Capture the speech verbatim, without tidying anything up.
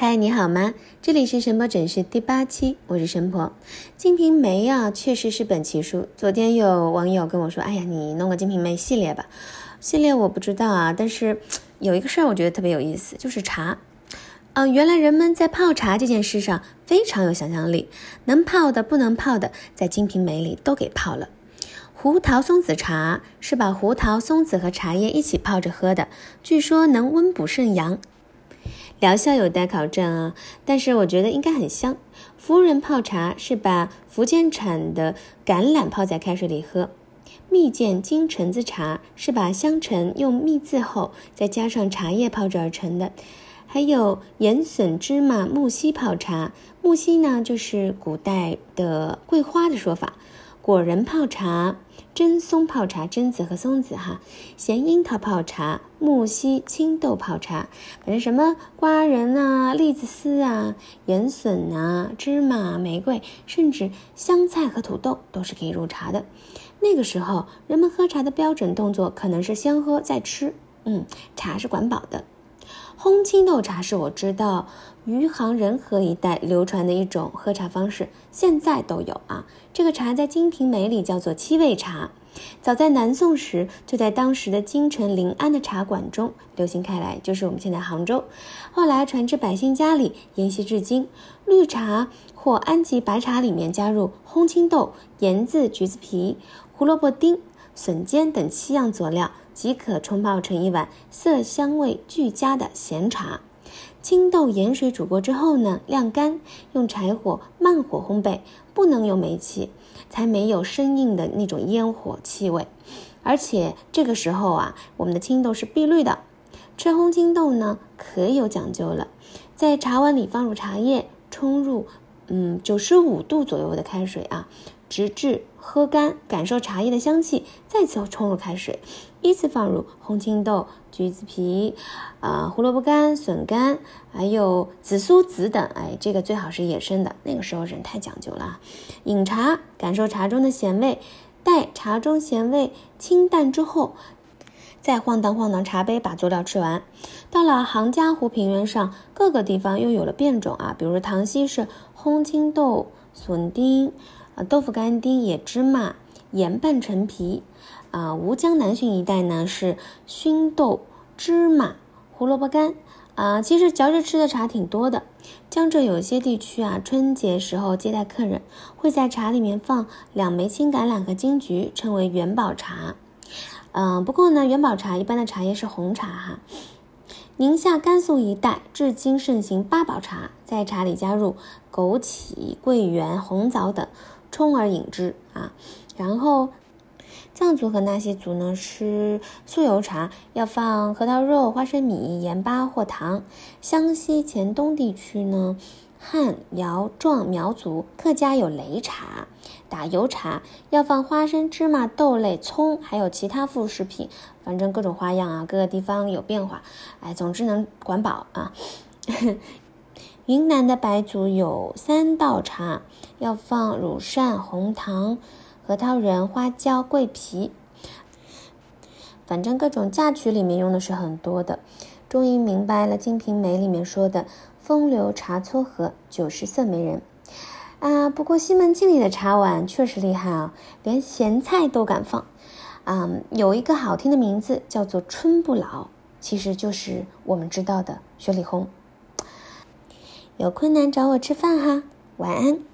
嗨，你好吗？这里是神婆诊室第八期，我是神婆。金瓶梅啊，确实是本奇书。昨天有网友跟我说，哎呀，你弄个金瓶梅系列吧。系列我不知道啊，但是有一个事儿我觉得特别有意思，就是茶。呃，原来人们在泡茶这件事上非常有想象力，能泡的不能泡的，在金瓶梅里都给泡了。胡桃松子茶是把胡桃、松子和茶叶一起泡着喝的，据说能温补肾阳。疗效有待考证啊，但是我觉得应该很香。福人泡茶是把福建产的橄榄泡在开水里喝。蜜饯金橙子茶是把香橙用蜜渍后再加上茶叶泡制而成的。还有盐笋芝麻木樨泡茶，木樨呢就是古代的桂花的说法。果仁泡茶，真松泡茶，榛子和松子哈，咸樱桃泡茶，木樨青豆泡茶，反正什么瓜仁啊、栗子丝啊、盐笋啊、芝麻、玫瑰，甚至香菜和土豆都是可以入茶的。那个时候，人们喝茶的标准动作可能是先喝再吃，嗯，茶是管饱的。烘青豆茶是我知道余杭仁和一带流传的一种喝茶方式，现在都有啊。这个茶在金瓶梅里叫做七味茶，早在南宋时就在当时的京城临安的茶馆中流行开来，就是我们现在杭州。后来传至百姓家里，沿袭至今。绿茶或安吉白茶里面加入烘青豆、盐渍橘子皮、胡萝卜丁、笋尖等七样佐料，即可冲泡成一碗色香味俱佳的咸茶。青豆盐水煮过之后呢，晾干，用柴火慢火烘焙，不能用煤气，才没有生硬的那种烟火气味。而且这个时候啊，我们的青豆是碧绿的。吃烘青豆呢，可有讲究了，在茶碗里放入茶叶，冲入嗯九十五度左右的开水啊，直至喝干，感受茶叶的香气，再次冲入开水，依次放入烘青豆、橘子皮、啊、呃、胡萝卜干、笋干，还有紫苏籽等。哎，这个最好是野生的，那个时候人太讲究了。饮茶，感受茶中的咸味，待茶中咸味清淡之后，再晃荡晃荡茶杯，把佐料吃完。到了杭嘉湖平原上，各个地方又有了变种啊，比如塘西是烘青豆、笋丁、呃、豆腐干丁、野芝麻、盐拌陈皮。啊、呃，吴江南浔一带呢是熏豆、芝麻、胡萝卜干。啊、呃，其实嚼着吃的茶挺多的。江浙有些地区啊，春节时候接待客人，会在茶里面放两枚青橄榄和金桔，称为元宝茶。嗯、呃，不过呢，元宝茶一般的茶叶是红茶哈。宁夏、甘肃一带至今盛行八宝茶，在茶里加入枸杞、桂圆、红枣等，冲而饮之啊。然后藏族和纳西族呢吃酥油茶，要放核桃肉、花生米、盐巴或糖。湘西黔东地区呢，汉、苗、壮苗族客家有擂茶、打油茶，要放花生、芝麻、豆类、葱，还有其他副食品，反正各种花样啊，各个地方有变化。哎，总之能管饱啊。云南的白族有三道茶，要放乳扇、红糖、核桃仁、花椒、桂皮，反正各种嫁娶里面用的是很多的。终于明白了《金瓶梅》里面说的风流茶撮合，酒是色媒人啊。不过西门庆里的茶碗确实厉害啊，连咸菜都敢放。嗯，有一个好听的名字叫做春不老，其实就是我们知道的雪里红。有困难找我吃饭哈，晚安。